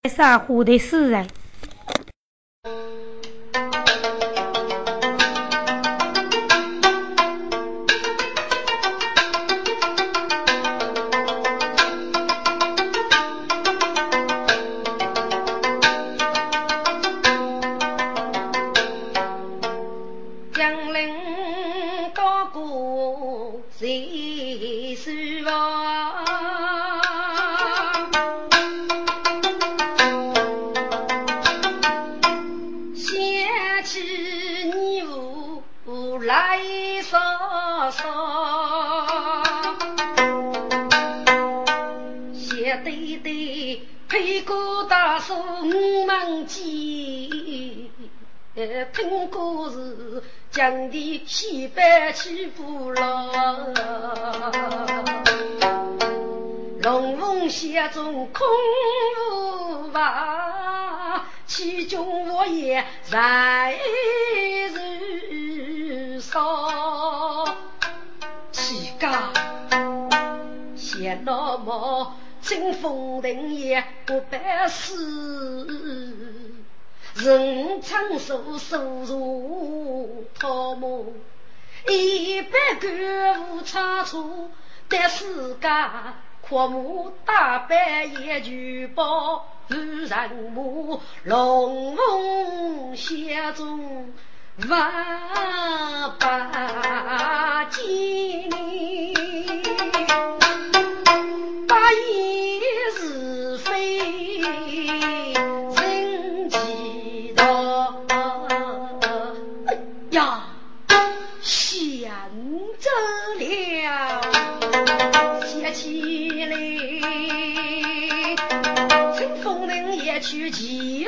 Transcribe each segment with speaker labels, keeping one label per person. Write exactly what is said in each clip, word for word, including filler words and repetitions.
Speaker 1: 傻乎的死人。
Speaker 2: 江陵高歌谁是王？掀起你雾来扫扫，斜对对配过大树五门鸡。呃，听故事讲的西北起不了，龙凤写中空无法，其中我也在日少。乞丐写那么清风林也不白死。人长寿收入桃木，一百个无差错，但是家阔木大白也举报无人母，龙凤写中万八斤，八一是非呀，想着了，写起来，清风岭也去几日，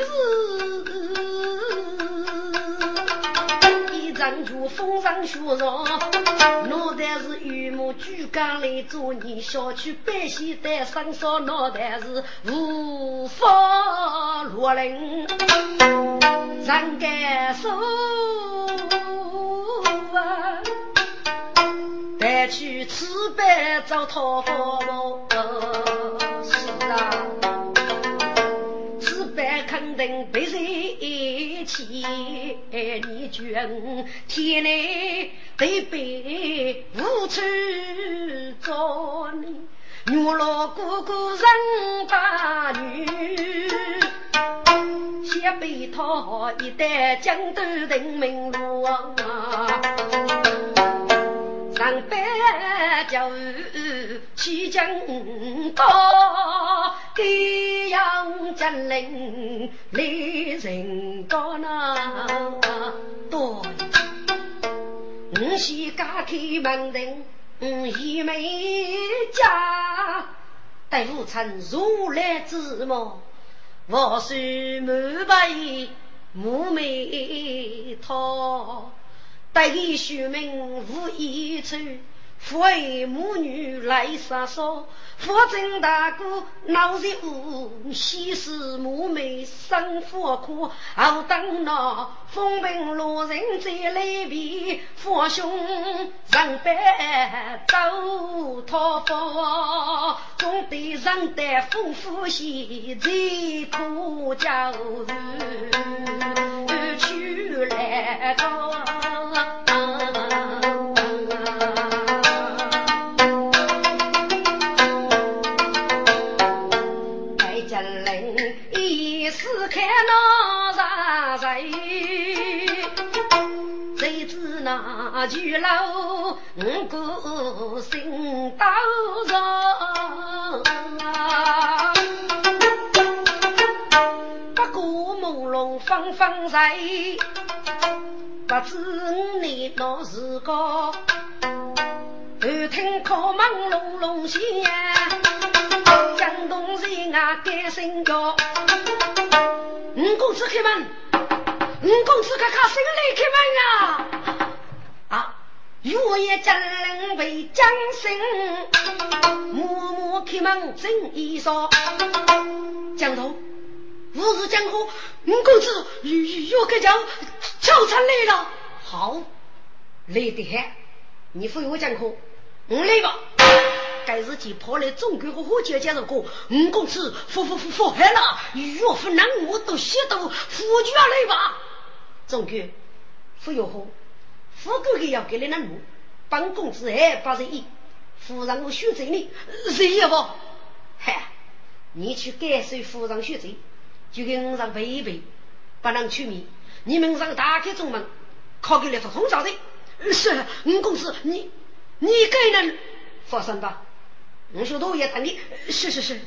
Speaker 2: 一站住风上雪上，脑袋是榆木举杆来做你小区百姓的上烧，脑袋是无法落人，让该手。带去慈悲找讨佛母，是啊，慈悲肯定被谁欺？你卷天内得被无处找你，女老姑姑人大女。先被他一代江都定名路啊，上班教育起江高，给养江陵离人高呐。对，我是家开门人，我一没家，待父亲如来之母。我是满背母妹她，对许名无一处，为母女来杀杀，佛正大哥闹热无，西施母妹生火苦，后等那风平路人在来比，佛兄上班走讨佛，总得让得丰富些在土教育去来高。看那啥谁，谁知那巨楼五个心刀上，不过朦胧方方谁，不知你那是个，耳听口忙隆隆响，江东人啊该心叫。五公子开门，五公子看看谁来开门呀？啊，我也将人为将生，默默开门真衣裳。江头，我是江湖，五公子又个叫叫上来了。好，来得很，你扶我江湖，我来吧。 该日记跑来中国和火姐介绍过五公尺服服服服害了岳父南我都写到夫君来吧中国夫有后夫哥哥要给你那路帮公子还把人一夫让我选择你谁也不嗨你去改谁夫让选择就给我让背一背把人取名你们让打开中门考给来发通照的是五公子你你该能放心吧我说都也谈你是是是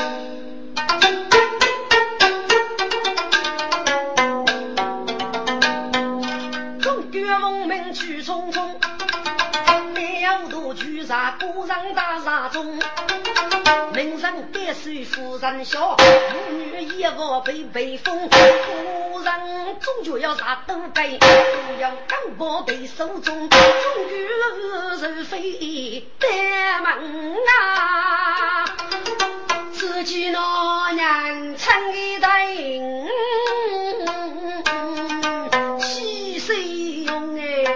Speaker 2: 中国文明去匆匆了都居在古人大厦中名人别水夫人笑妇女也我被被风古人终究要杀都该都要刚宝被手中终于是非得门啊自己那娘撑一代细水用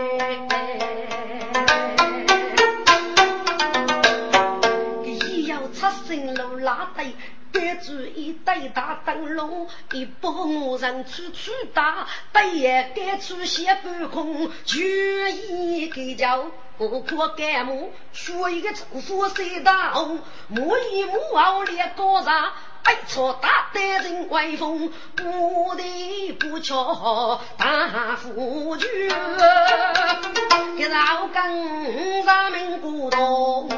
Speaker 2: 拉带别住一带大灯笼一帮人处处打带也该出些半空决一个叫不过干木说一个政府谁当摸一摸奥列高啥爱错大的人威风不得不瞧大夫君给老更咱们古董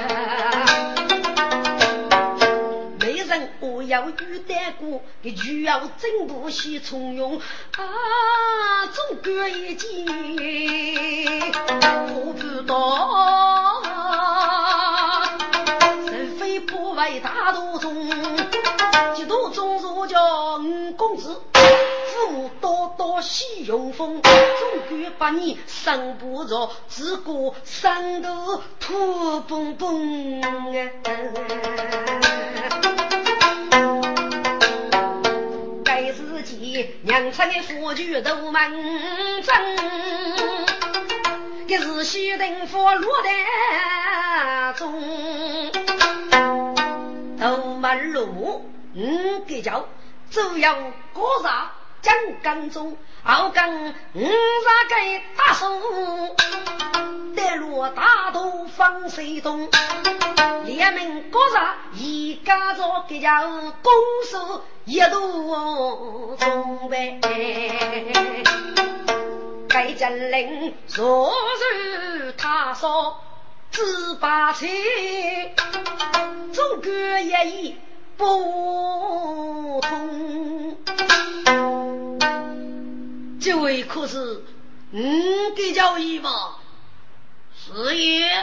Speaker 2: 我要遇代过给就要真不惜从容啊总个一季我不道人非不为大道中几度中如叫五公子父母多多喜用风总个把你生不着只顾生得土蹦蹦娘亲的夫君都满真给日西等佛落的中都满路嗯给叫只要过啥江干中熬干嗯啥给大手带落大头放水东连门过啥一家做给叫公司一路中呗该真灵昨日他说自把气中国也已不同这位可是嗯给教义吧是也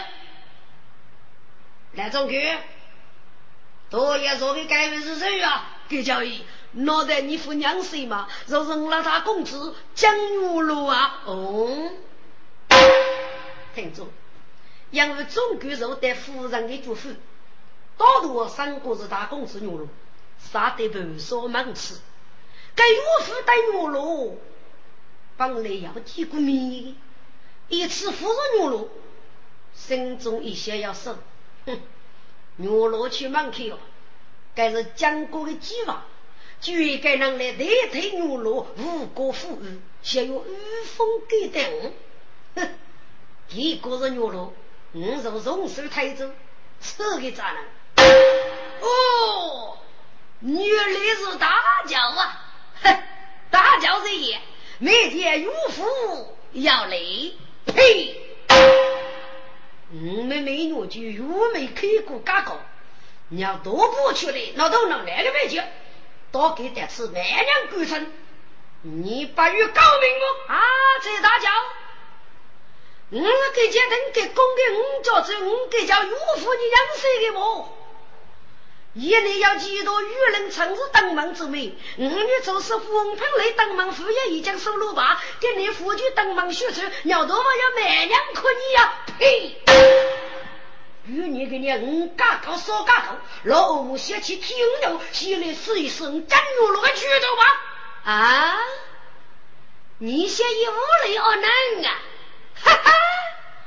Speaker 2: 来中国都也说给改为是谁啊给教义脑袋你父娘谁嘛就扔了他公子江玉路啊哦听住因为中国人对夫人的祝福大多三个是大公子牛路杀得不说忙吃该岳父带牛路帮来要提过米一次夫人牛路心中一些要生哼牛路去忙去哦该是江国的计划就应该让来代替牛路无国富裕先有御风给等哼一个是牛路五手松手抬走这个咋能哦原来是大脚啊哼大脚这也每天有福要来呸我们美女就有没开过嘎高你要多不去了那都能来个没去多给点吃满娘鬼称你把与高明我啊这大脚我给家人给公给我叫这我给叫有福你养谁的我一年要几多舆论城市登门之美我女就是风盆雷登门副业已经收入吧给你夫君登门学出要多么要满娘可你呀呸与你给你五嘎高少嘎高老母写起听了心里是一声真有了个去头吧啊你写一无理而难啊哈哈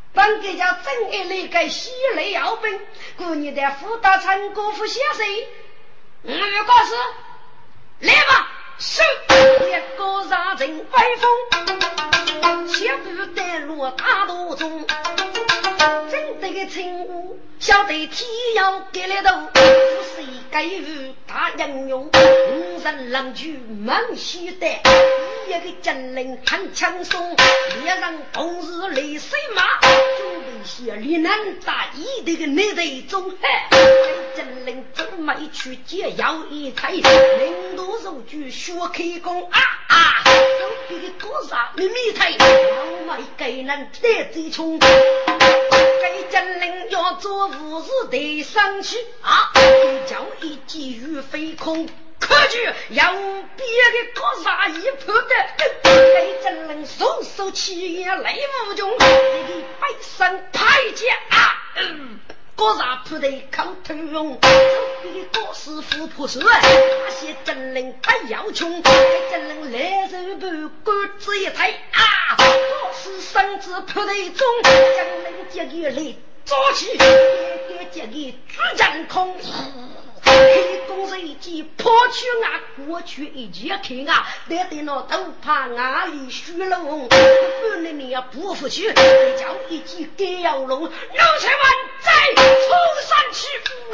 Speaker 2: 本给叫正一类个西雷摇兵，故你的福大成国府先生，嗯，告诉来吧，是一个杀人威风，切不得落大道中，真的个清武，晓得天要给了头，不是该与大英勇，五人狼居满西的，一个真人很轻松，猎人同日雷水马，准备些李南大一的个内队中，真人真没去接要一台，领导手举学开工啊啊，手给个多少秘密台，要买给人得最穷，给真人要做无事得上去啊，叫一记雨飞空。可去要别的高杀一扑的，给真人手手起也雷无穷，这个百上排解啊，嗯，高杀扑的口头用，这个高师傅破手，那些真人不要穷，给真人来手不管子一台啊，高师生子扑的中，真人这个来早起，给给这个主战空。黑公司一记破去啊，过去一节看啊，得得那头怕哪里虚龙，不能你要不服气，叫一记给要龙，六千万再冲上去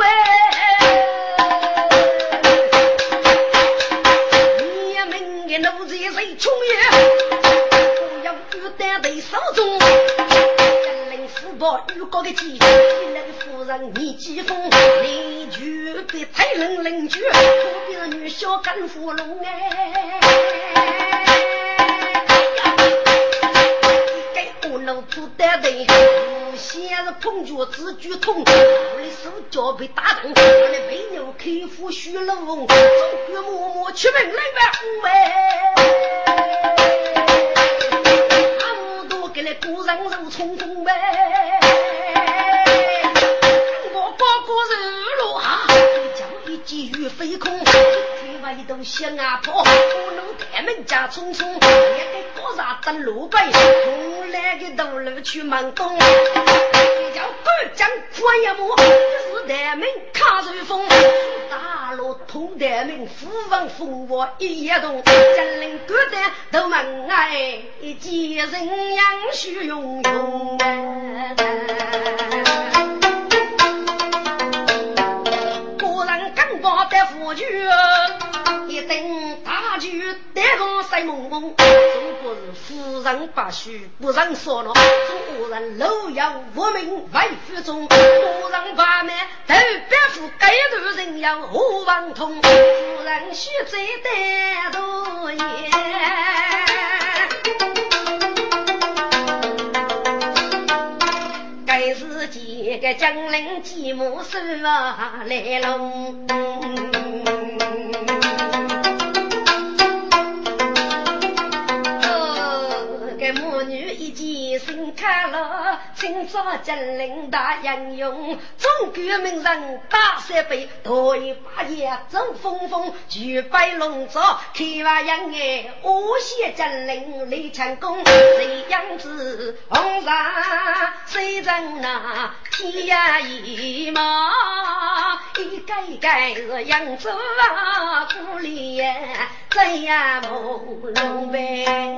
Speaker 2: 喂！你也明个奴才谁穷也，不要遇得对手中。福报遇过个鸡，那个夫人你几封，邻居被太冷邻居，隔壁的女小干芙蓉哎，该我老婆带的，先是碰脚自举痛，我的手脚被打断，我的背牛开腹虚龙，总归默默去问来吧喂。给了古人肉冲锋呗，我高高日落哈，叫一记雨飞空，天外都向啊破，不能开门家匆匆，也给高杀登路背，从来个道路去忙东，叫官将官也木，是大门卡随风，大路通大门，富王风我一夜动，真人各的都门爱，几人样虚涌涌果然刚把的夫君一等大局得个塞蒙蒙，中国是夫人把须不让说了，中人楼要无名外府中，不让把门头别府该头人要无王通，夫人须最得多也该是几个将人寂寞是啊来龙看了清早真人大英勇，中国名人大三杯，对八爷走风风，举白龙舟开瓦洋哎，无锡真人李成功，谁样子红纱谁人那天涯一马，一个一个扬州啊故里怎样朦胧呗。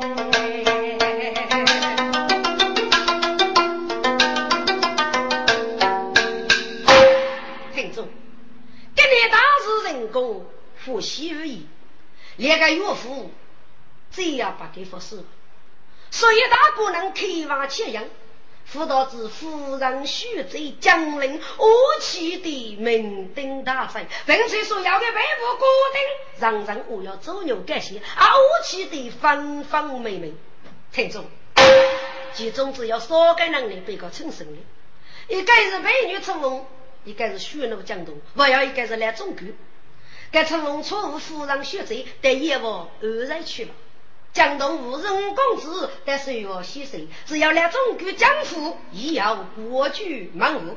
Speaker 2: 听众给你当时人工复习而已，连个岳父这样把给服侍，所以大姑能开挖切样辅导之夫人许贼将领无期的名定大赛，并且所要的北部固定让人我要走牛改写啊无期的方方面面。听众其中只要三个能力被告称胜利，一个是美女成龙，一个是血肉江东，我要一个是来中国该成龙错误夫人学贼的业务而然去了，江东无人公子但是要牺牲，只要来中国江湖也要国剧满屋，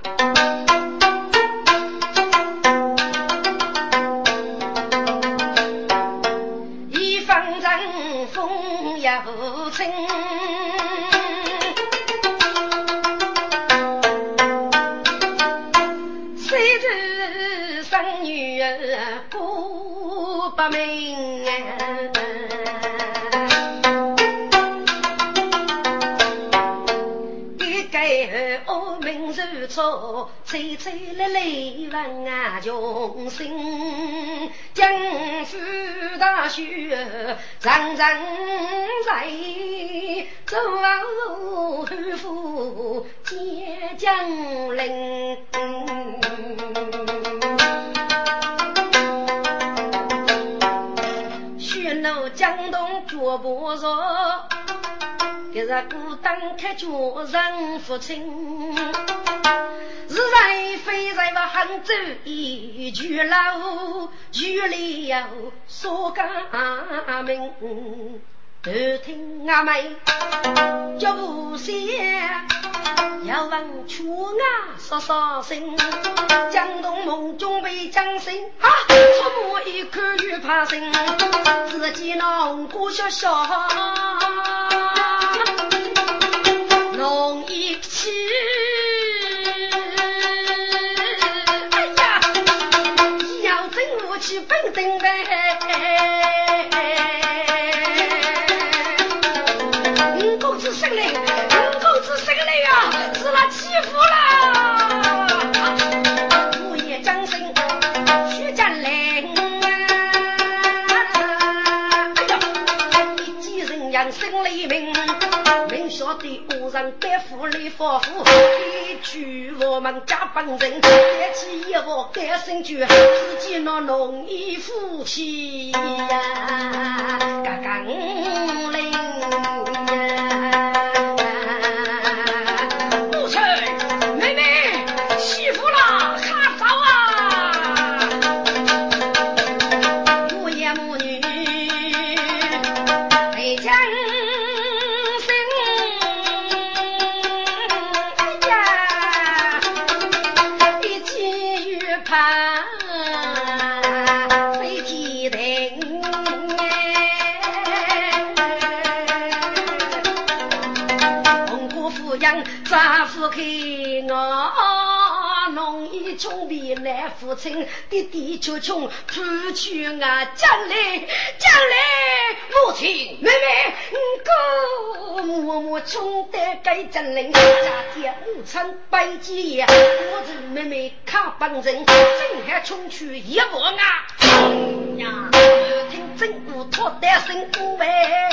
Speaker 2: 一方阵风也不清不明一个我名如错吹吹来来万啊穷心江苏大学常常在走后府接江陵血怒江东脚步弱给他孤单开脚人父亲日在非在我杭州一句老句里了说个名都听阿妹就不写要往出啊说说声江东梦中被江心啊出没一颗雨怕声自己弄过小小弄一起哎呀要真我去本等呗五公子生嘞五公子生嘞啊是他欺负了我也张生徐家岭哎呀一几人养生黎明说的无人别府里佛父一句我们家帮人别起一我该生句自己那容易夫妻呀刚刚灵母亲妹妹媳妇啦看早啊母爷母女回家丈夫看我弄一穷比来父亲弟弟就穷出去啊将来将来母亲妹妹哥默默穷的该将来家家母亲百几爷我子妹妹看帮人正还穷去一窝啊呀听政府托的辛苦呗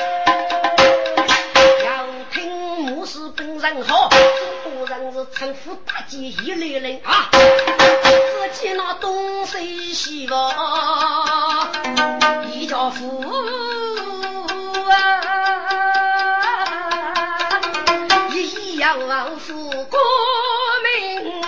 Speaker 2: 是本人好当然是称呼大姐一类人啊自己那东西西吧一家父啊一样父国民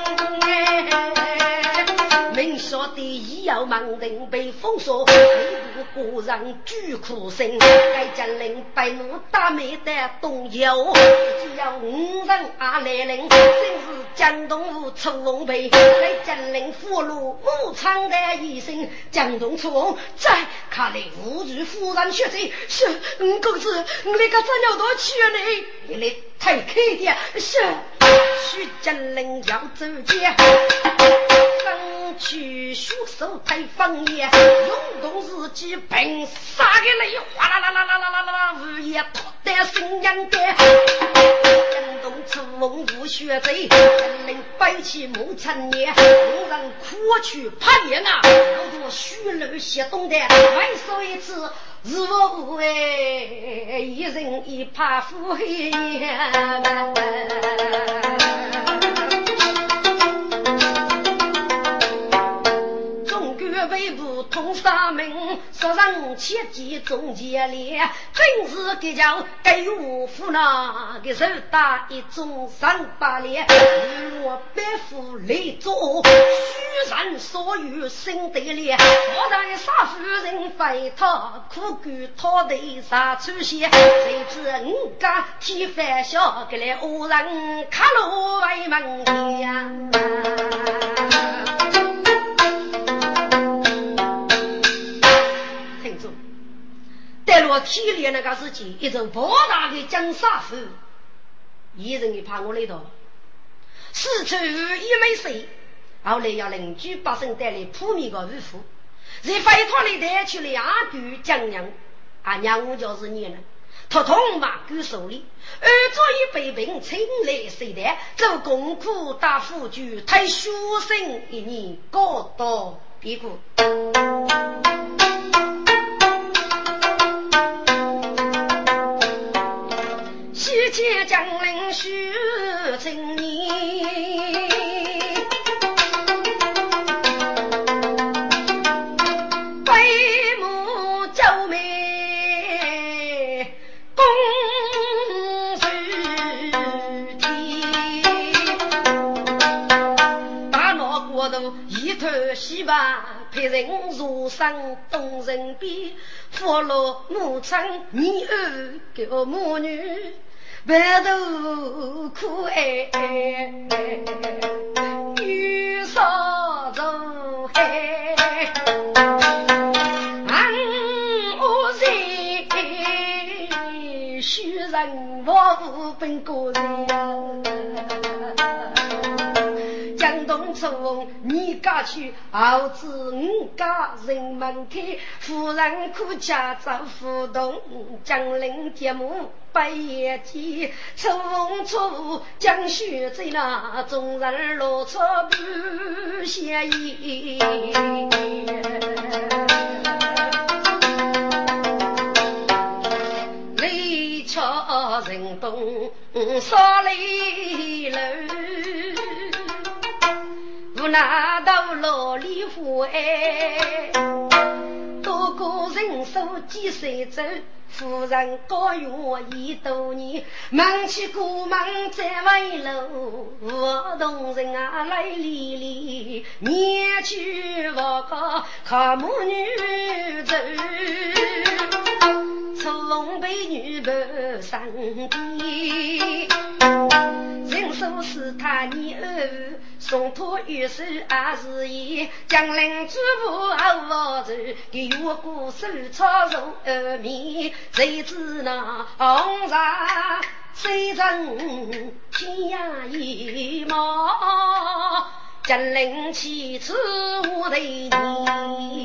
Speaker 2: 明说的一要盲人被封锁故让巨苦生该将领百怒大美的东游只要五人阿来人真是江东无出龙背该将领俘虏武昌的医生江东出龙在看来无惧夫人血贼是嗯公子你那个真有多去你你太客气是徐将领要走街上去书手太方言用动自己凭杀给了哗啦啦啦啦啦啦啦午夜脱得心眼的江东出龙无血贼将领摆起木产业无人哭去攀岩啊要做虚楼写动的外说一次日我无为一人一怕腹黑为不同沙门说让切记中间列真是给叫给我父那给手打一种三八列若白富雷做虚然所有生得列我在杀夫人非他苦苦他的杀出现谁知五家提反笑给来偶然看路为门天带落体力那个自己一种博大的江杀夫一人一怕我来到四处一没水后来要邻居百姓带来扑灭个渔夫在飞托里带去了阿句江娘，阿娘就是你了。他同马狗手里，而作一北平清来谁的做功夫大夫居，太书生一年高到比谷。西街江陵许青年，一头西巴陪人如上东人边，佛罗母亲女儿给母女白头苦爱，遇上中海安无人，虚人我无本个人。从你家去儿子五家人门开，夫人苦家长互动，江陵节目百叶鸡，抽风抽江雪在那众人落错不协议，雷敲人动烧雷楼，不拿到罗里湖哎，多个人手几岁走，夫人高于我一多年，忙起过忙在外路，我同人啊来理理，面去我个靠母女走，从被女不上地，人手是他女儿。送托于是阿是也，江陵之父后我走，给我故事操肉而米，谁知那红纱谁人天涯一毛，江陵起此我的你。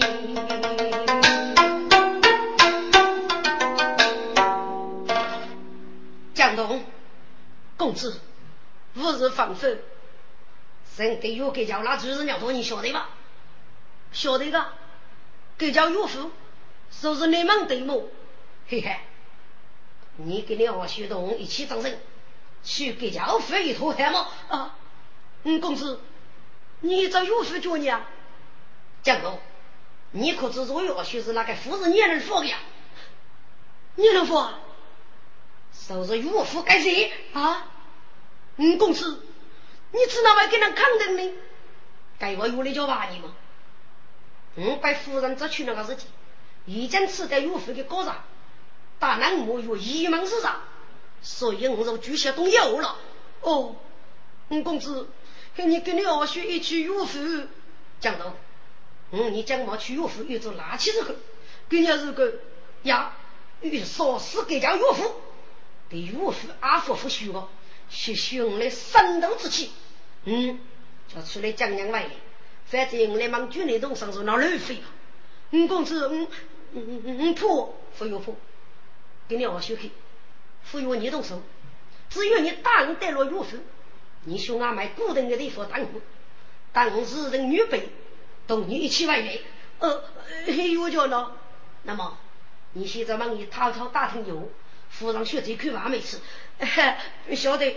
Speaker 2: 江东公子吾日放手，人给有给叫那主人要多，你晓得吧？晓得的，给叫有福，说是你们对目，嘿嘿，你跟你我学动一起掌声，去给叫飞一头海吗？啊，嗯，公子，你这有福叫你啊？江东，你可知道要学是那个夫人你能服呀？你能服啊？说是有福该谁啊？嗯，公子。你知道我给人抗争呢？该我有的就骂你吗？嗯，被夫人这去那个事情，已经吃在有福的高上，大南没有一门之上，所以我就巨蟹动摇了。哦，嗯，公子，你跟你二叔一起有福，讲到，嗯，你讲我去有福，有做垃圾这个，跟你这个呀，与少时给家有福，给有福阿福福许我，是兄来生斗之气。嗯，就出来讲讲外的，反正我来忙军内东上说那乱飞啊。嗯，公子，嗯嗯嗯嗯，破不有破，给你二学去，不有你动手，只有你大人带了岳父，你兄啊买固定的地方当户，当时人女辈，同你一起外来，呃，有叫呢。那么你现在忙你滔滔打听有，夫人学这口话没吃，晓得。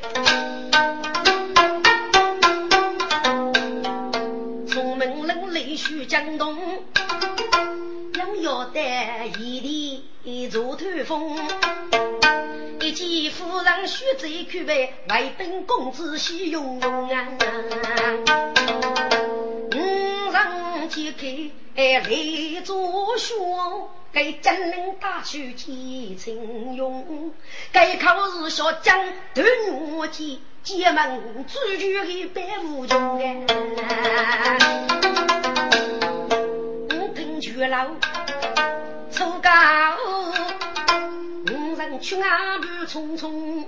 Speaker 2: 从门人泪须江东，养要带一地做头风，一见夫人须这口呗，外本公子喜用用啊，五人揭开哎来做兄，该江陵大去几情用，该考试小将对我记结门自居一百无穷哎，五根绝老抽高五人去啊不匆匆，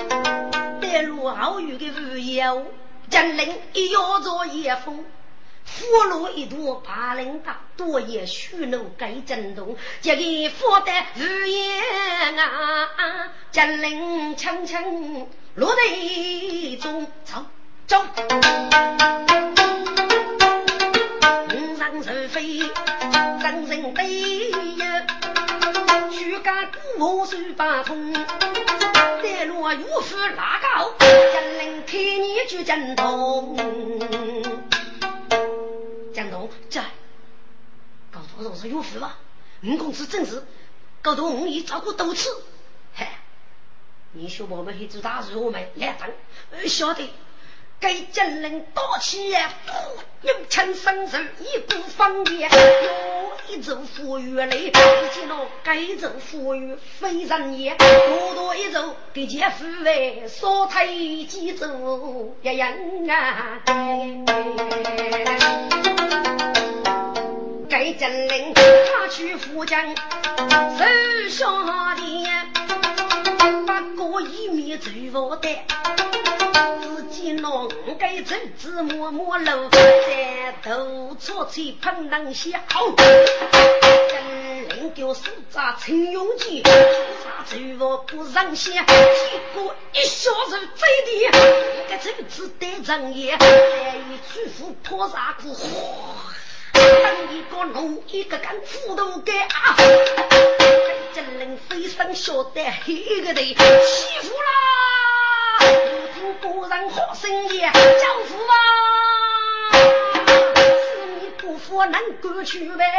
Speaker 2: 带路好友的无忧江陵一摇着夜风， 佛罗一朵八零大多也虚怒该震动，这个佛的语言啊，将领轻轻落地中走走，五上手飞人人悲呀，虚假古手把通，带落如夫拉高，将领看你去震动。江东在搞多少是有福吧？五公子正是搞多我已照顾多次。嘿，你说我们黑主大事我们来等，呃，晓得该真人多起也用枪生手一股方言，有一走富裕雷，一见到该走富裕非人也，多多一走给姐夫为所太几走呀人啊！该真人他去富江手下的把过一面走我的自己弄该走自摸摸路在头错起碰能些好真人给我手扎陈永基啥走我不让些结果一小时最低该这个字得正业来一去付破啥子当一个农一个干斧头给啊真人非常晓得一个的欺负啦有听果然好生意教父啊是你不服能过去呗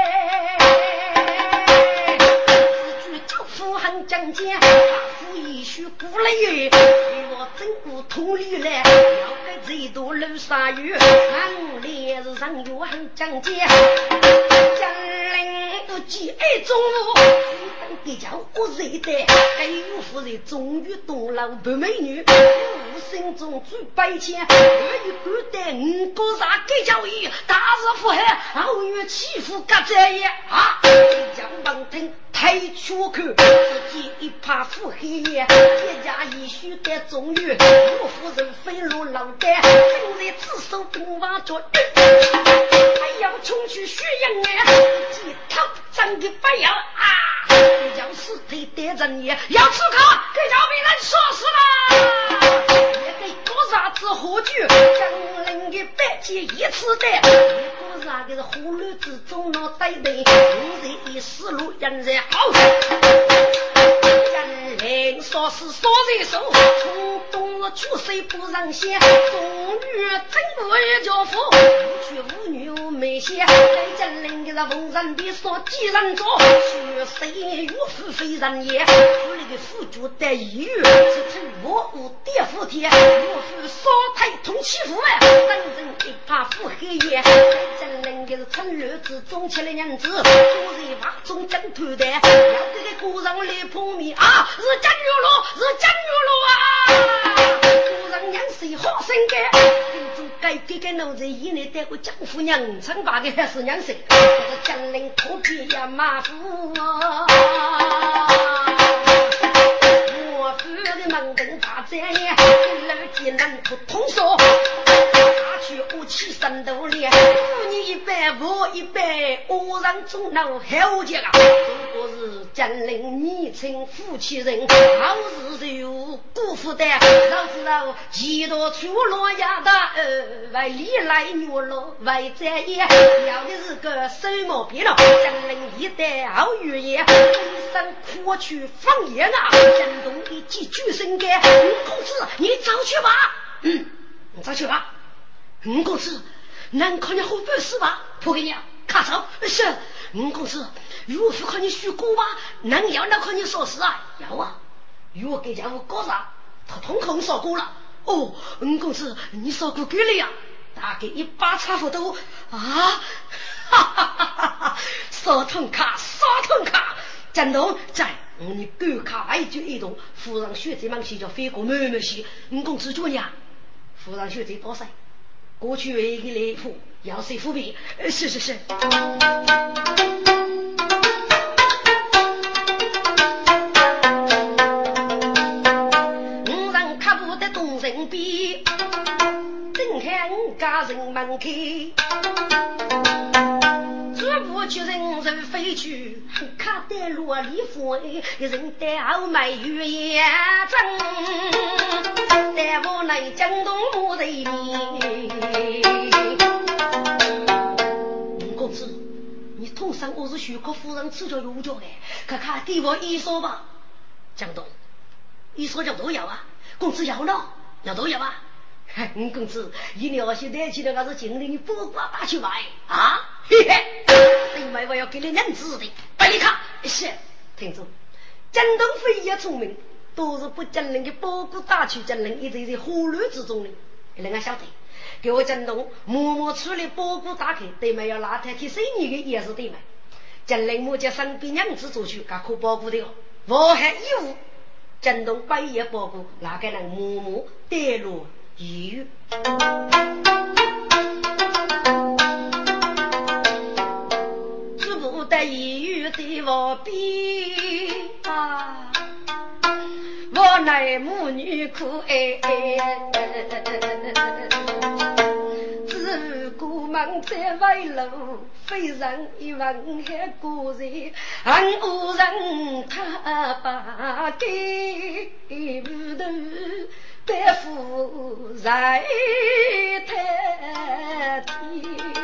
Speaker 2: 自句教父很讲解大夫一须鼓励与我真不同理来要给这朵楼鲨鱼看烈日上有很讲解将领不记爱中路比较我热的还有夫人终于懂了不美女无心中最白钱而一个的五个啥给教育大日福海后月欺负个这样啊将帮听太出去自己一怕腹黑夜一家一须的终于我夫人飞入老的正在自首东挖着还要冲去血样啊自己套上的白药啊要是对的人也要吃卡给小兵人说死了也给多少次火炬将人给白起一次的多少个是葫芦之中脑袋的无人一死路人人好人人说是说这手从东了出水不让先终于真不也叫福无去无女无美些在真人给他逢人比说既然做去谁如夫非人也除了个辅助的一语是称我无địa府天若是说太通欺负啊真人一怕腹黑也在真人给他趁日之中起来娘子都是把中将头的要这个鼓上来碰面啊是真肉路是真肉路啊鼓上娘谁好生的跟住该给个脑子以内带过江湖娘称把个还是娘谁是真人头皮呀马虎啊我夫的门灯打在眼老几人不通说打去武器三斗脸你一百我一百我让中脑好这个如果是真人昵称夫妻人好日有辜负的老知道几多出落呀的呃外里来牛了外在也要的是个什么皮了真人一代好语言一生哭去放言啊真东一记巨声给吴公子你早去吧嗯你早去吧吴公子能看你后背是吧不给你卡手是吴公子如何看你虚估吧能要那看你说实啊要啊如果给家伙搞啥他通空说过了哦吴公子你说过给了呀大概一把差不多啊哈哈哈哈说通卡说通卡战斗在你狗卡外就一动夫人学这忙西叫飞过妹妹西吴公子做呀夫人学这多塞过去一个雷夫要谁伏笔是是是五人卡不得动人比正看家人门开，这不去人人飞去，看得落里风，一人带后买玉叶针，带我来江东木人里。公子，你通上我是许可夫人吃着有脚的，看看给我一说吧。江东，一说就都要啊，公子要呢，要都要啊。嗯，公子，一年现在去的那是经理，你不挂打去买啊？嘿嘿，另外我要给你认字的，把你看是。听住，江东飞也聪明，都是不讲人的包谷打去讲人，一直在火炉之中的。人家晓得，给我江东默默处理包谷打开，对面要拉太替谁你的也是对面。江人木家生比娘子做去，搞苦包谷的哦，我还义务。江东半夜包谷，哪个人默默带路？雨只不得雨的我比啊，我乃母女苦哎，自古忙在外路，非人一问还故人，俺无人他把给不得。白富在太天，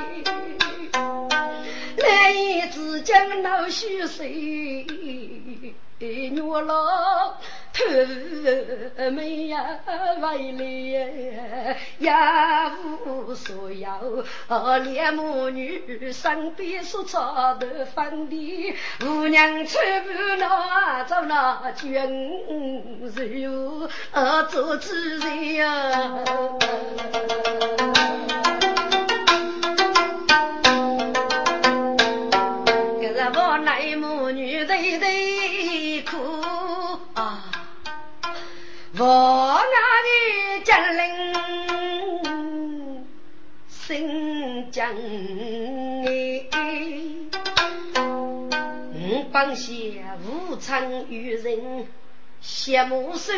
Speaker 2: 来一只江闹虚水，女老头没呀为了呀无所有，连母女身边所操的饭的，姑娘吃不那走那军肉，呃做自己呀。我乃母女对对哭啊，我那的家人心将哎，帮些无常与人羡慕手，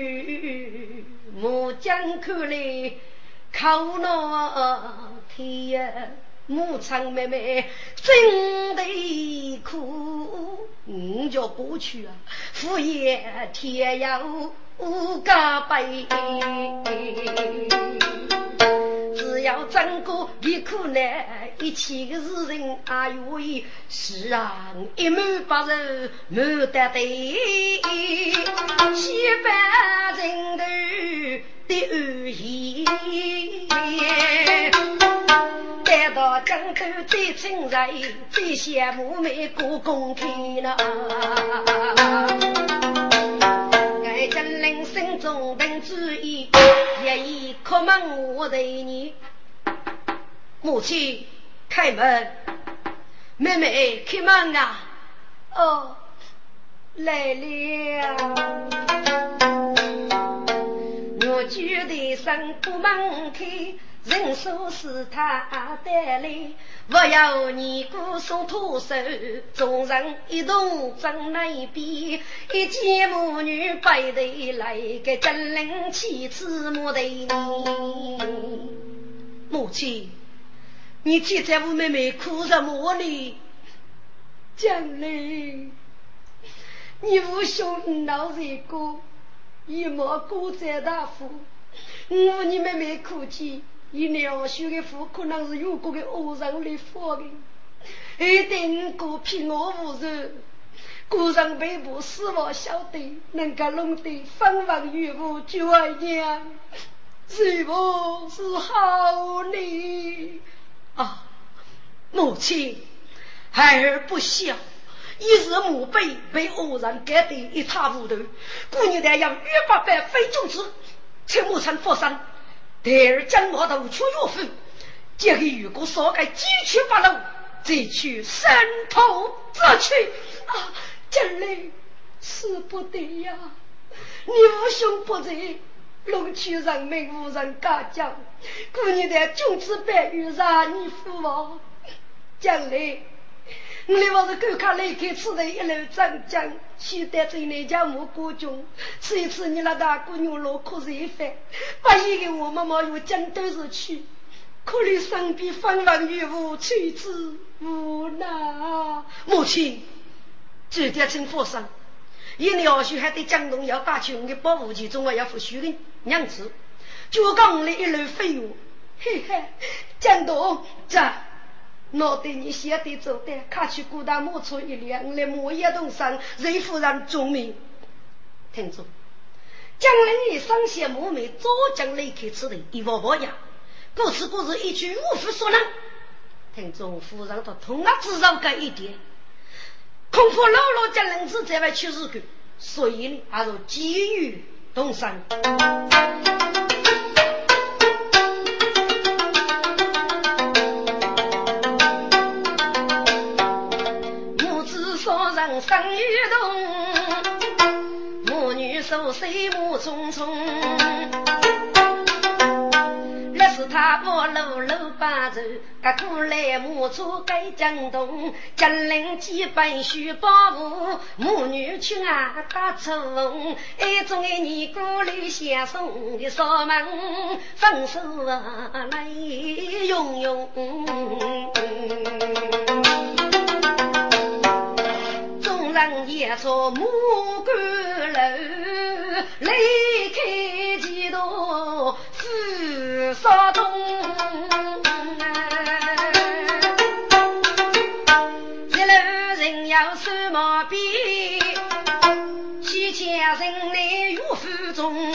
Speaker 2: 母将看来靠那天牧场妹妹真的苦，嗯，就过去啊，父业天要无加倍，只要争过一苦难，一起个日人啊有一是啊，一满八人满得对，西北人头的而已。待到江头最亲热，最羡慕美国公开了。爱真人心中等注意，也已叩门我对你。母亲开门，妹妹开门啊！哦，来了。我觉得上不门开。人说是他带来，我要你姑送脱手，众人一同争那一边，一见母女摆对来，给真人妻子莫对你。母亲，你替在我妹妹哭什么呢？江雷，你无兄老人哥，一毛孤在大夫，我你妹妹哭泣。一两学的父可能是有过的偶然来发的，一定过骗我无人，故人背部死亡晓得，能够弄得方方与我就爱娘，是否是好呢？啊，母亲，孩儿不孝，一日母辈被偶然改得一塌糊涂，姑娘的要约八百非君子，请母亲佛山。第二将我头出岳父，这个如果说该几去八路，再去山头自去啊！真嘞是不得呀！你无兄不在，龙区人民无人家教，姑娘的君子白玉让你父王，将来我我是狗看来开吃的一路长江，去带着那家母国中，这一次你那大姑娘落哭热饭，把一个我妈妈又江都是去， 可怜身边风风雨雨，妻子无奈。母亲，这点请佛上，一鸟须还得江东要打去我的保护其中，我要付许的娘子，就讲了一路费用。嘿嘿，江东这。我对你写的走的，看去孤单莫出一两，来莫一动上，人夫人忠明。听住，江人一上写母美，左将雷开吃的，一窝窝呀。故事故事一句无夫所能。听住，夫人他同啊至少改一点，恐怕老老江人子在外去日个，所以呢，还是急于动身。生于动，母女手水母匆匆。那是他我路路八走，个过来母出该江东，江人几百须保护，母女去啊打出风，一种的你过来相送的扫门，分手啊来拥拥。也从木杆楼离开几多富少东，一路人要守毛边，西前人来有府中。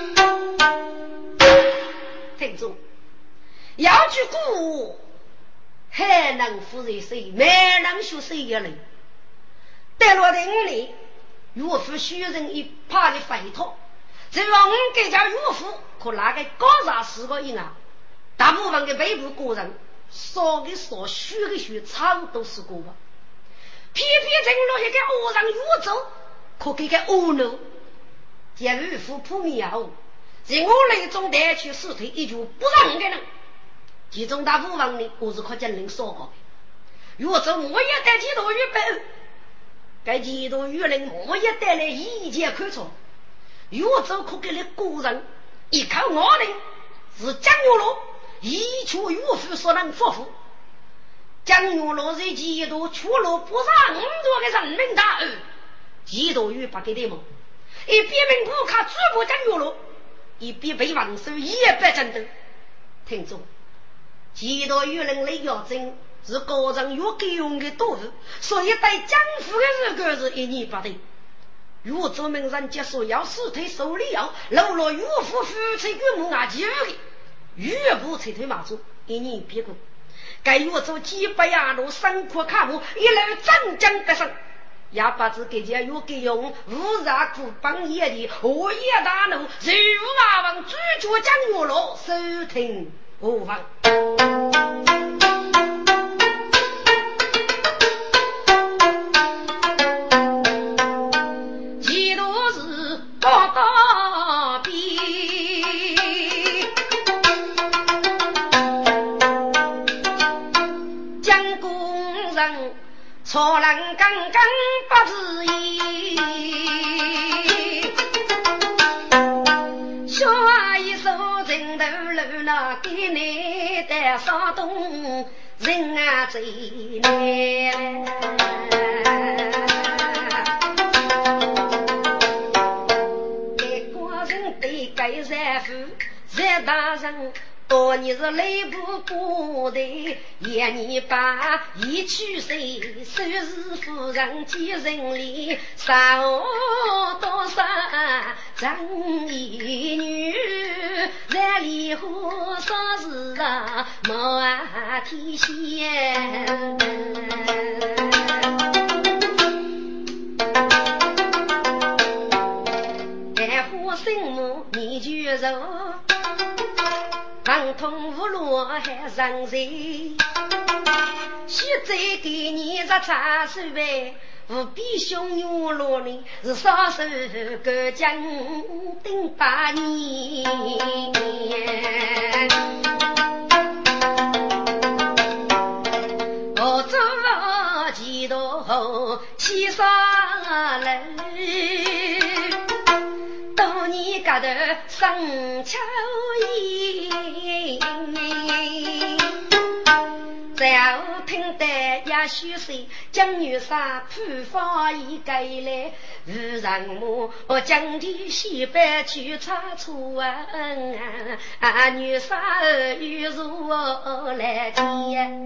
Speaker 2: 听住，要去顾还能夫人谁，没能学谁也来。带落的屋里，岳父许人一怕的飞脱，只要我给家岳父可拿个高啥四个人啊，大部分的北部国人少的少，虚的虚，差不多是过吧。偏偏正落一个欧上岳州，可给个欧奴，见岳父扑面后，在我那中带去尸体一句不让的人，其中大部分呢，我是靠见人说过的。岳州我也带几多预备。该几多舆论我也带来意见可错，岳州可给了个人一看我的是江岳罗，一求岳父所能复复。江岳罗是几多出了不上多个人民大恶，几多与把给的梦，一边民不卡追捕江岳罗，一边被王手也不争斗。听众，几多舆论来要争。是个人有给用的多数，所以带江湖的日个是一年不对。如做名人结束要死腿手里要老了岳父夫妻与母啊几个岳不催退马祖一年别过该岳走几百亚路山阔卡木一路战将得胜也把自给家有给用无รา苦帮业的我也大怒如马王追逐江岳罗收听无妨。高高比江工人错人刚刚不知意小一手人头路那给你的骚动人啊最难该在府在大人多你是累不过的也你把一去谁收拾夫人几人里少多少张一女在离婚说是啊毛啊提线生母你就走忙通无路还上谁现在给你这茶水呗无比汹涌落里是啥时个将顶八年我走几多七杀人到你家的上桥一在后听得也许是将女杀풀发一改来无人母我将地西北去查处啊啊女杀儿与如我来见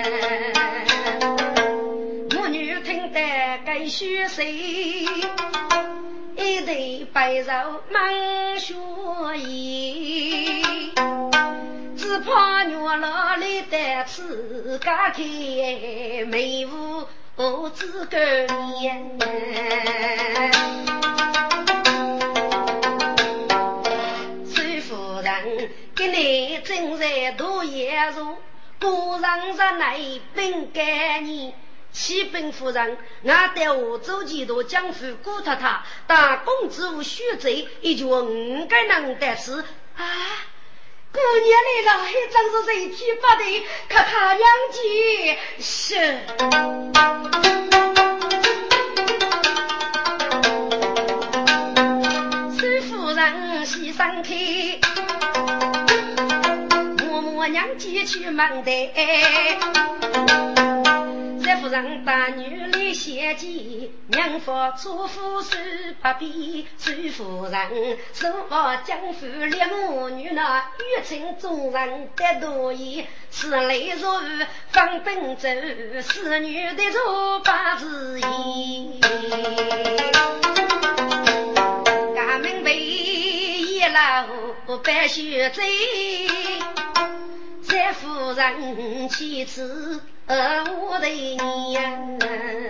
Speaker 2: 母女听得该许谁一对白肉满血衣只怕女老里的自家开没无资格念崔夫人给你正在读也如故让人来本给你七本夫人我带我走几多江湖顾他他打公子无虚贼一句五个能的事啊姑娘来了还真是人体发的看看娘姐是崔夫人洗上去默默娘姐去忙的这夫人大女里写记娘佛祖父是不必崔夫人手握江湖列母女那越情众人的多意是泪如放奔走是女的如八字意俺们被一老白血贼这夫人其次而我的娘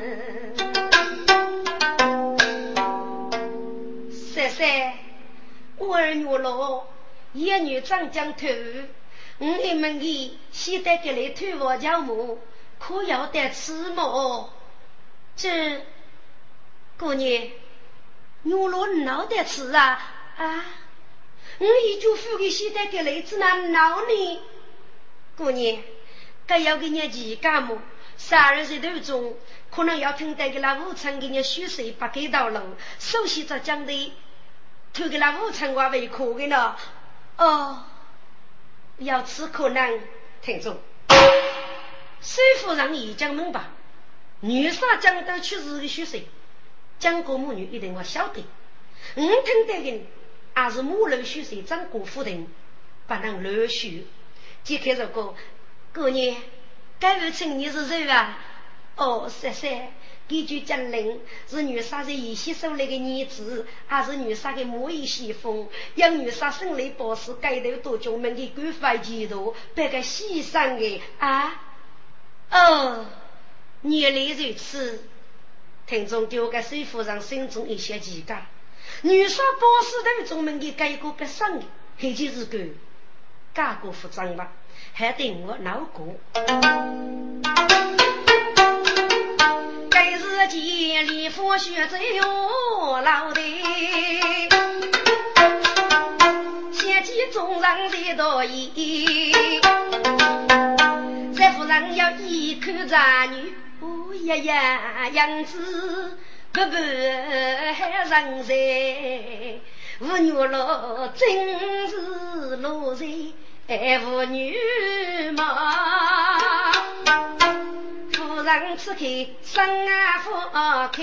Speaker 2: 谢谢我儿女了一女长将头你们的现在给来推我家母可要得吃么这姑娘女了闹得吃啊啊你就付给现在给来只能闹你姑娘该要给你几干么三二十多钟可能要听到给那五层给你虚水把给到了首席着讲的推给那五层话为苦的呢哦要吃可能听众师傅让已经明白女杀讲的确实个虚水讲过母女一定我晓得我听到的还是母人虚水讲过夫人不能乱虚即开始过姑娘该不称你是谁啊哦谢谢这句讲令是女杀是以吸收那个女子还是女杀的母以西风让女杀生来保持该头多久们的规范制度别个牺牲的啊哦原来如此听众丢个师傅让心中一些几个女杀保持头中们的该个别生的黑就是个加过服装吧还得我脑骨该日记里佛学只有老的写记中人的多意这夫人要一口杂女哦呀呀样子不不还人在我女了真是落在爱妇女嘛夫人此刻生啊夫开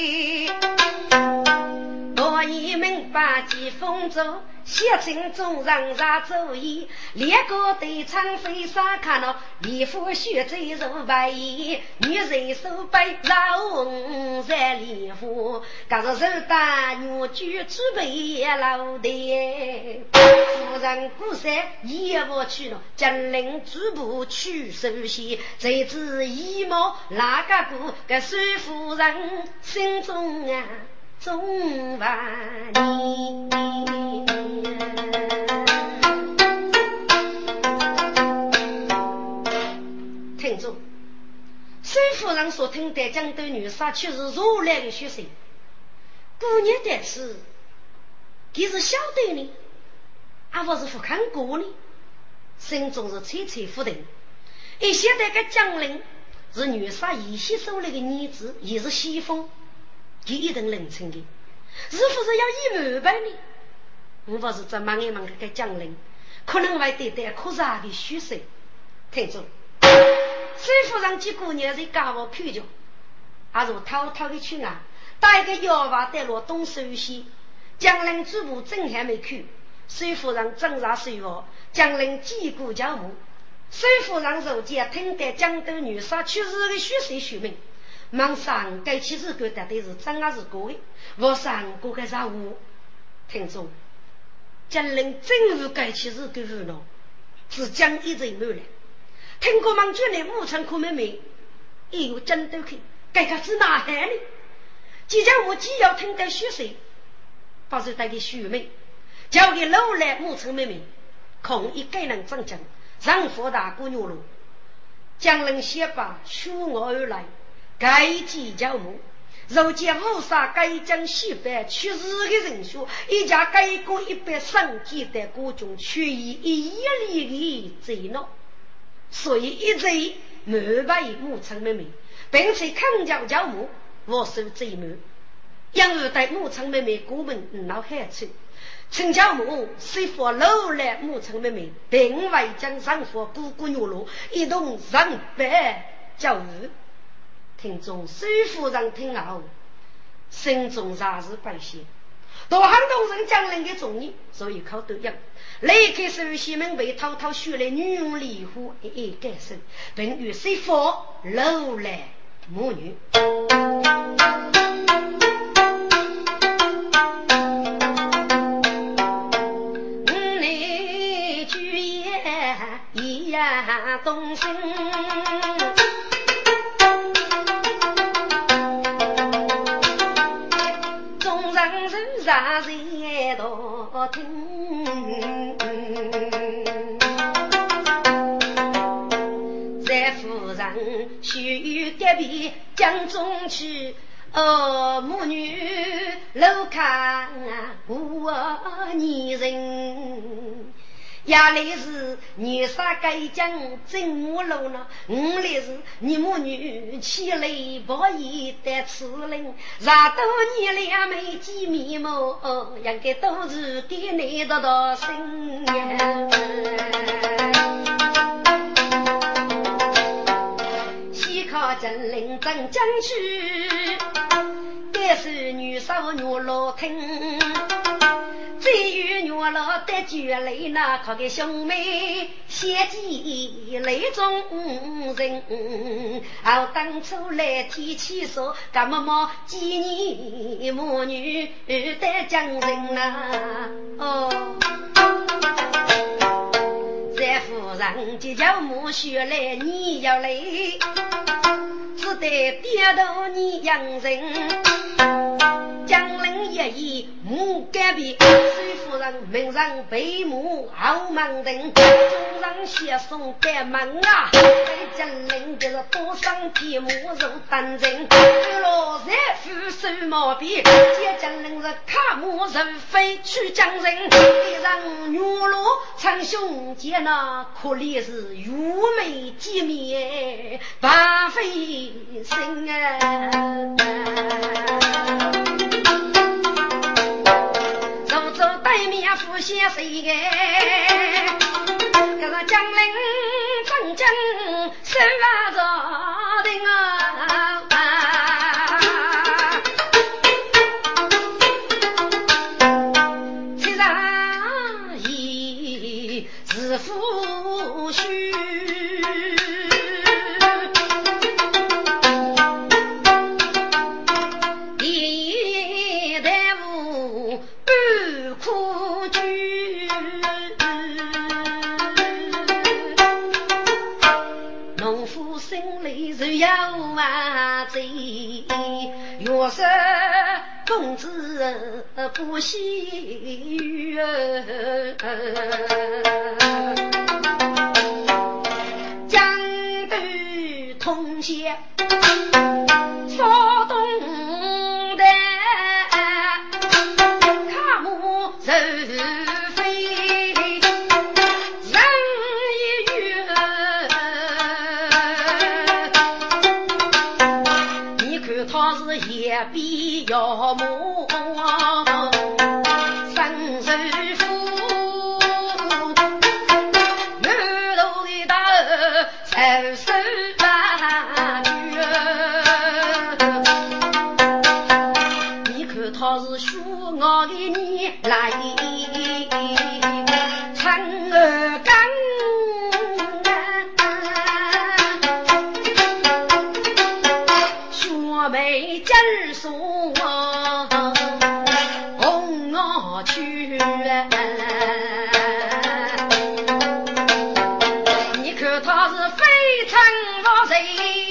Speaker 2: 我一明白几风走写成中让啥走意列个对唱飞沙看到礼服学最如白衣女人手背老翁在礼服刚是手打女举准备也老的夫人故事也不去了将领主部去首席这次一毛哪个股个水夫人心中啊中万里听众水夫人所听的江对女杀却是如来的学生姑娘的事其实晓得呢啊我是不看过呢心中是脆脆不定一些那个将领是女杀一些手里的女子也是西风他一定冷清的是不是要一满白呢我不是在忙一忙这个将领可能会对待可杀的虚实听众师傅让几姑娘在家我陪着，还是偷偷的去啊，带个药娃带落东手西，江陵主部正还没去，师傅让挣扎水我，江陵几顾教母，师傅让手机听得江都女杀去日的血水血命，忙上该其实个的都是真还是过的，我上过个啥物，听众。江陵真是该其实个热闹，是江一直没来。听过忙卷的牧场苦妹妹，哎呦真都去，该个是哪海呢？即将我既要听到血水，把是带给许妹，交给楼来牧场妹妹，恐一个人正正，让佛大姑娘路，江陵先把书我而来，该即交母。如今无啥该将西北去日的人数，一家该过一百上级的国中却以一粒的贼闹，所以一贼没把牧场妹妹，并且抗教教母，我受贼母，因为在牧场妹妹国门闹害处，陈教母虽佛楼来牧场妹妹，并未将上佛姑姑牛路一同上北教育。听众师傅让听后心中啥是百姓多很多人将人的中意，所以靠对样立刻是西门被滔滔学来女用离户一一改身，并与师傅楼来母女你居也一样动心，啥人都听，在夫人许隔壁江中去，哦母女楼看我女人。压力是女杀该将真我楼呢，五里是你母女起来不义的此人，让到你俩没几米么，应该都是给你的的心呀。西靠真灵真将去，该是女少女老听。最与女老的绝类那靠给兄妹写记泪中人，好当初来提起说干么么几年母女的将人呐哦，这夫人就叫母学来你要来，只得跌到你养人。江陵也以母改变，水夫人名上北母好忙人，中上写送给门啊，在江陵就是多上皮母肉单人，老在夫手毛笔，接江陵是卡母人非去江人，一让女罗长兄姐那可怜是愚昧机灭白费心啊。对面夫先谁个这个江陵张江是啊着的啊其然已是夫婿若是公子不喜悦，将对同些说动的卡木人非人一月，你看他是也必要母生水夫女头的大手手倒是说我的你来唱儿刚说没劲儿说红我去你可他是非常我谁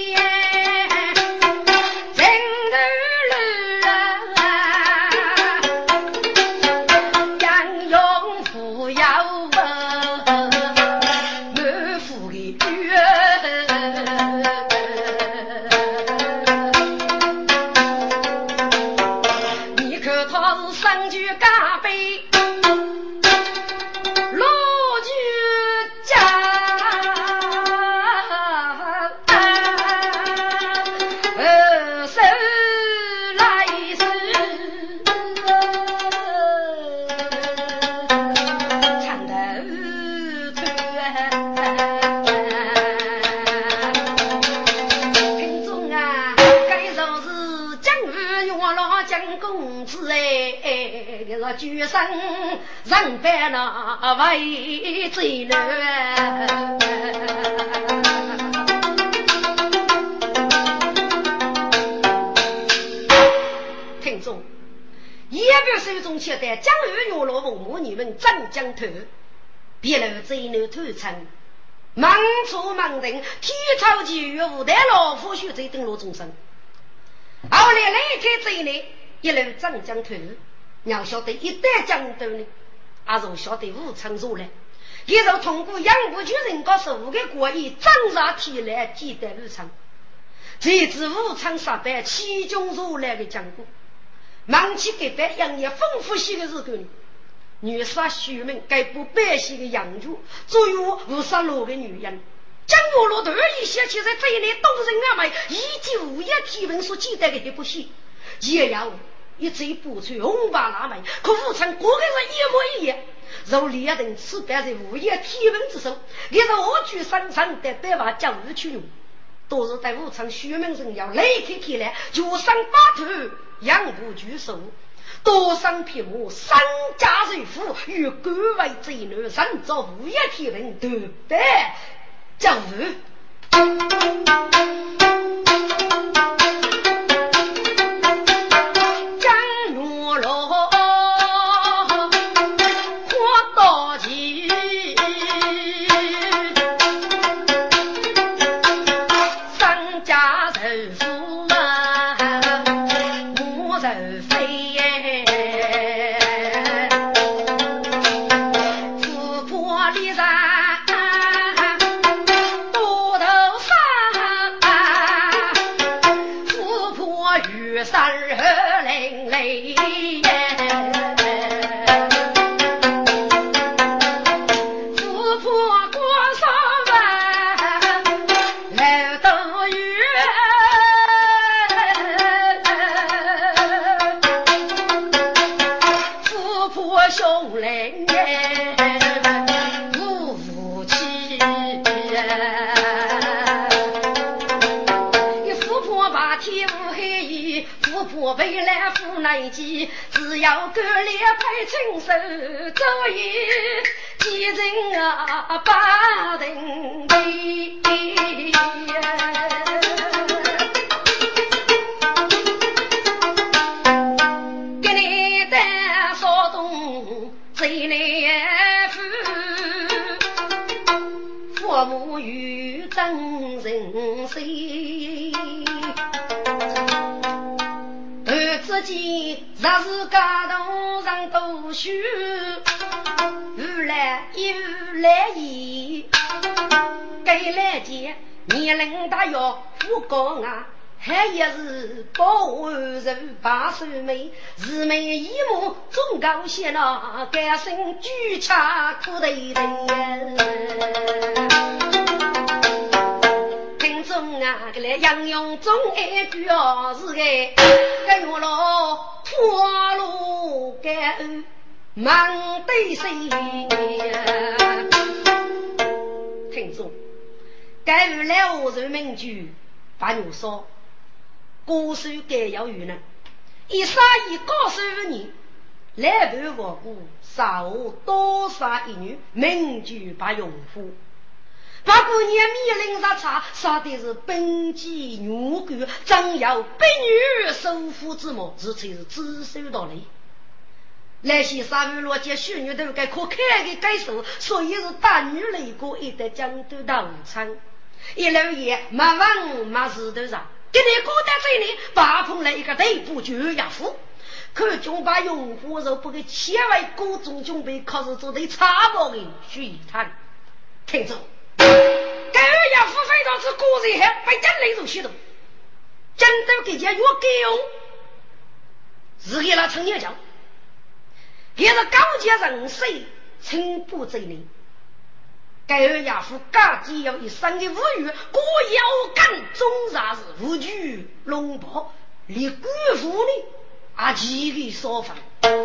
Speaker 2: 举身人被那为罪人听众也表示一种期待将来有了文武你们真将头别了这一路头层忙出忙人体操机与舞台老夫婿这登陆众生后来来开这一类一路真将头你要晓得一旦讲到呢阿荣晓得武昌入来也就通过杨国军人告诉五个国义张杀体来记得武昌这支武昌杀败其中入来的讲过忙起给白杨也丰富些的日子女杀虚名该不百姓的养主作为五杀路的女人将我罗的一些其在这一类动人阿美以及五夜体文所记得的一部戏也要一直补出红巴拉美可武昌国人是一模一样若列等此别在五夜体文之手也是我举山上的百万教育去用都是在武昌虚名人要雷开起来就上八头杨不举手多上皮毛三家瑞夫与各位贼女三造五夜体文都百教育我未来富难记只要各列派亲手走一几人啊把人的给你的所动最来父父母与真人谁自己若是家头上都虚无来一无来一该来见年龄大要不高啊还也是保人把手美日美一幕中高兴了该生举茶苦的人听众啊个来杨用中一句哦是个跟我喽破路该忙对谁听众该有了人民句把你说故事该要有呢一杀一告诉你来盘我故杀我多杀一女名句把用户把姑娘命令杀查杀的是本级女鬼张要被女收复之谋这才是自首道理来些杀鱼罗杰许女都该可开的该手所以是大女雷过一代江都到午餐一老爷马王马石头上给你过在这里把碰来一个内部就要付可总把用户肉不给千万各种准备考试做的差不的许谈听着该要付费到这个人还被真雷种系统真的给家有给用是给他成业讲也是高阶人士称不这里该尔亚夫嘎基要一生的无语过要干中啥是无惧龙宝离辜负你啊几个说法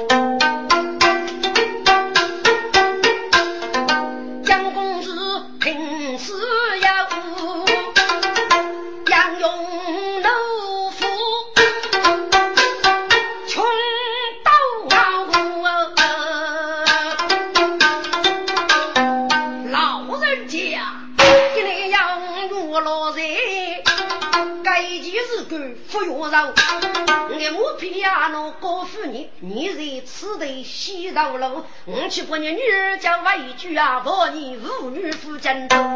Speaker 2: 江公子平时要杨勇老夫穷到老人家给你养我老人该几日个服药肉我皮亚诺高夫你你在此地西道路我去把你女儿叫外一句啊把你妇女夫战斗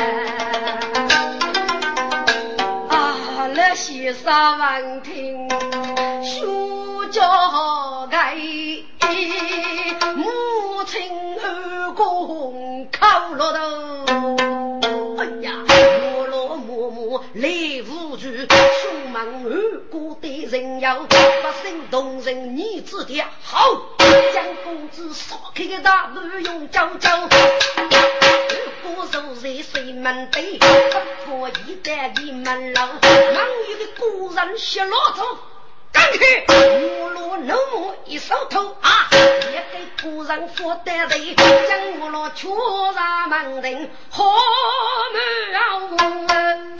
Speaker 2: 啊那些三万听书教该母亲儿公靠落头哎呀我罗默默泪无惧书满儿过的人要把心动人你自己好将公子扫开个大不用教教过手在水门对不破一代的门楼忙一个故人写落走赶去我罗能木一手头啊也给故人说的人将我罗出上门人好没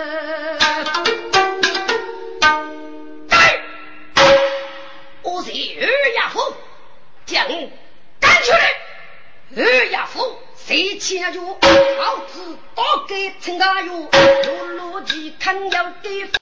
Speaker 2: 我是二亚夫将赶出来二亚夫谁欺压住好子多给陈大勇罗罗鸡看要给